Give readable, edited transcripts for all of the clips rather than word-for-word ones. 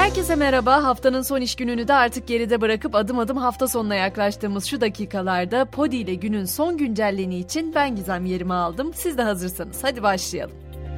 Herkese merhaba. Haftanın son iş gününü de artık geride bırakıp adım adım hafta sonuna yaklaştığımız şu dakikalarda Podi ile günün son güncelleni için ben Gizem yerimi aldım. Siz de hazırsanız hadi başlayalım.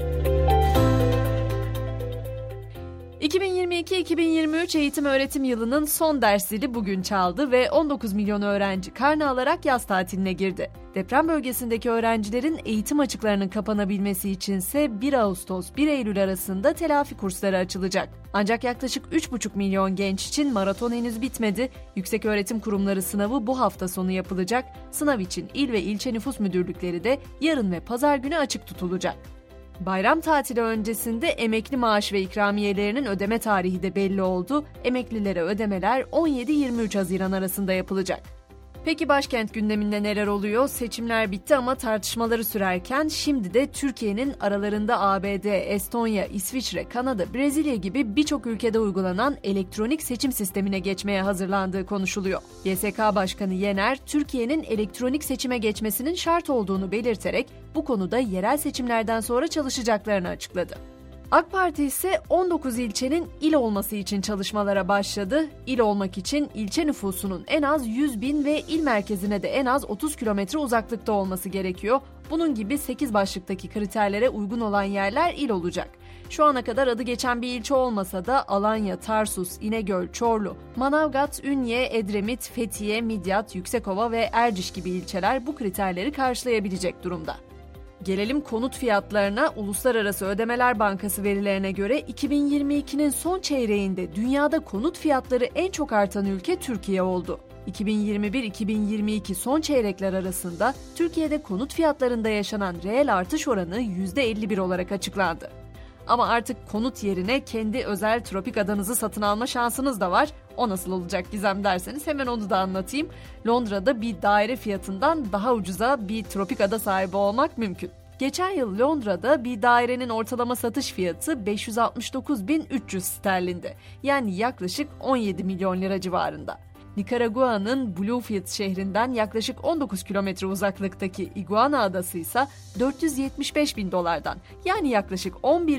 2022-2023 eğitim öğretim yılının son ders zili bugün çaldı ve 19 milyon öğrenci karne alarak yaz tatiline girdi. Deprem bölgesindeki öğrencilerin eğitim açıklarının kapanabilmesi içinse 1 Ağustos-1 Eylül arasında telafi kursları açılacak. Ancak yaklaşık 3,5 milyon genç için maraton henüz bitmedi. Yükseköğretim kurumları sınavı bu hafta sonu yapılacak. Sınav için il ve ilçe nüfus müdürlükleri de yarın ve pazar günü açık tutulacak. Bayram tatili öncesinde emekli maaş ve ikramiyelerinin ödeme tarihi de belli oldu. Emeklilere ödemeler 17-23 Haziran arasında yapılacak. Peki başkent gündeminde neler oluyor? Seçimler bitti ama tartışmaları sürerken şimdi de Türkiye'nin aralarında ABD, Estonya, İsviçre, Kanada, Brezilya gibi birçok ülkede uygulanan elektronik seçim sistemine geçmeye hazırlandığı konuşuluyor. YSK Başkanı Yener, Türkiye'nin elektronik seçime geçmesinin şart olduğunu belirterek bu konuda yerel seçimlerden sonra çalışacaklarını açıkladı. AK Parti ise 19 ilçenin il olması için çalışmalara başladı. İl olmak için ilçe nüfusunun en az 100 bin ve il merkezine de en az 30 kilometre uzaklıkta olması gerekiyor. Bunun gibi 8 başlıktaki kriterlere uygun olan yerler il olacak. Şu ana kadar adı geçen bir ilçe olmasa da Alanya, Tarsus, İnegöl, Çorlu, Manavgat, Ünye, Edremit, Fethiye, Midyat, Yüksekova ve Erciş gibi ilçeler bu kriterleri karşılayabilecek durumda. Gelelim konut fiyatlarına. Uluslararası Ödemeler Bankası verilerine göre 2022'nin son çeyreğinde dünyada konut fiyatları en çok artan ülke Türkiye oldu. 2021-2022 son çeyrekler arasında Türkiye'de konut fiyatlarında yaşanan reel artış oranı %51 olarak açıklandı. Ama artık konut yerine kendi özel tropik adanızı satın alma şansınız da var. O nasıl olacak Gizem derseniz hemen onu da anlatayım. Londra'da bir daire fiyatından daha ucuza bir tropik ada sahibi olmak mümkün. Geçen yıl Londra'da bir dairenin ortalama satış fiyatı 569.300 sterlindi. Yani yaklaşık 17 milyon lira civarında. Nikaragua'nın Bluefield şehrinden yaklaşık 19 kilometre uzaklıktaki Iguana Adası ise 475.000 dolardan yani yaklaşık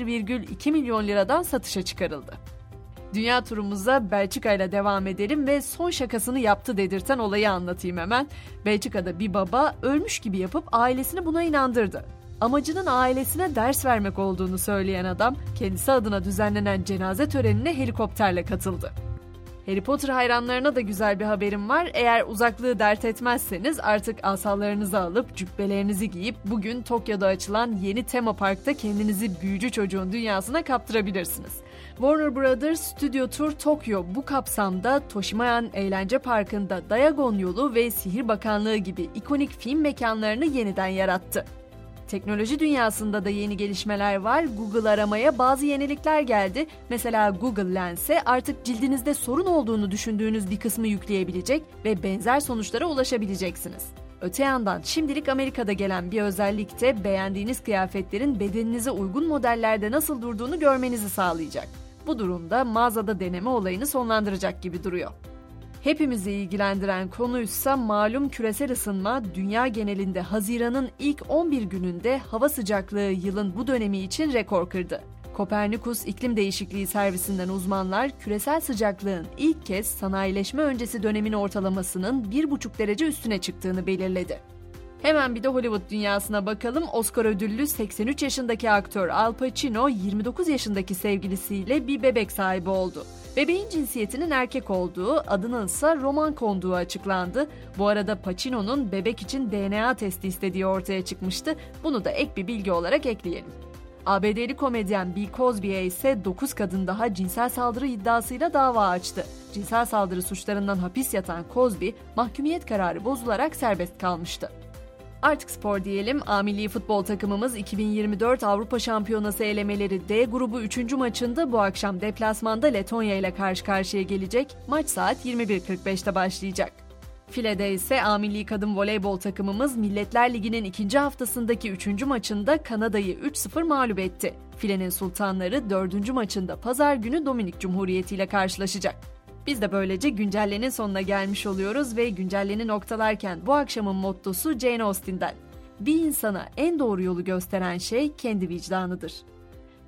11,2 milyon liradan satışa çıkarıldı. Dünya turumuza Belçika ile devam edelim ve son şakasını yaptı dedirten olayı anlatayım hemen. Belçika'da bir baba ölmüş gibi yapıp ailesini buna inandırdı. Amacının ailesine ders vermek olduğunu söyleyen adam kendisi adına düzenlenen cenaze törenine helikopterle katıldı. Harry Potter hayranlarına da güzel bir haberim var. Eğer uzaklığı dert etmezseniz artık asalarınızı alıp cübbelerinizi giyip bugün Tokyo'da açılan yeni tema parkta kendinizi büyücü çocuğun dünyasına kaptırabilirsiniz. Warner Brothers Studio Tour Tokyo bu kapsamda Toshimayan Eğlence Parkı'nda Diagon Yolu ve Sihir Bakanlığı gibi ikonik film mekanlarını yeniden yarattı. Teknoloji dünyasında da yeni gelişmeler var. Google aramaya bazı yenilikler geldi. Mesela Google Lens'e artık cildinizde sorun olduğunu düşündüğünüz bir kısmı yükleyebilecek ve benzer sonuçlara ulaşabileceksiniz. Öte yandan şimdilik Amerika'da gelen bir özellik de beğendiğiniz kıyafetlerin bedeninize uygun modellerde nasıl durduğunu görmenizi sağlayacak. Bu durumda mağazada deneme olayını sonlandıracak gibi duruyor. Hepimizi ilgilendiren konuysa malum küresel ısınma. Dünya genelinde Haziran'ın ilk 11 gününde hava sıcaklığı yılın bu dönemi için rekor kırdı. Kopernikus İklim Değişikliği Servisinden uzmanlar küresel sıcaklığın ilk kez sanayileşme öncesi dönemin ortalamasının 1,5 derece üstüne çıktığını belirledi. Hemen bir de Hollywood dünyasına bakalım. Oscar ödüllü 83 yaşındaki aktör Al Pacino 29 yaşındaki sevgilisiyle bir bebek sahibi oldu. Bebeğin cinsiyetinin erkek olduğu, adının ise Roman konduğu açıklandı. Bu arada Pacino'nun bebek için DNA testi istediği ortaya çıkmıştı. Bunu da ek bir bilgi olarak ekleyelim. ABD'li komedyen Bill Cosby'ye ise 9 kadın daha cinsel saldırı iddiasıyla dava açtı. Cinsel saldırı suçlarından hapis yatan Cosby, mahkumiyet kararı bozularak serbest kalmıştı. Artık spor diyelim. A-Milli futbol takımımız 2024 Avrupa Şampiyonası elemeleri D grubu 3. maçında bu akşam deplasmanda Letonya ile karşı karşıya gelecek. Maç saat 21.45'te başlayacak. File'de ise A-Milli kadın voleybol takımımız Milletler Ligi'nin 2. haftasındaki 3. maçında Kanada'yı 3-0 mağlup etti. Filenin sultanları 4. maçında pazar günü Dominik Cumhuriyeti ile karşılaşacak. Biz de böylece güncellenin sonuna gelmiş oluyoruz ve güncelleni noktalarken bu akşamın mottosu Jane Austen'den: bir insana en doğru yolu gösteren şey kendi vicdanıdır.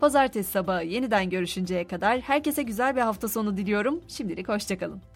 Pazartesi sabahı yeniden görüşünceye kadar herkese güzel bir hafta sonu diliyorum. Şimdilik hoşça kalın.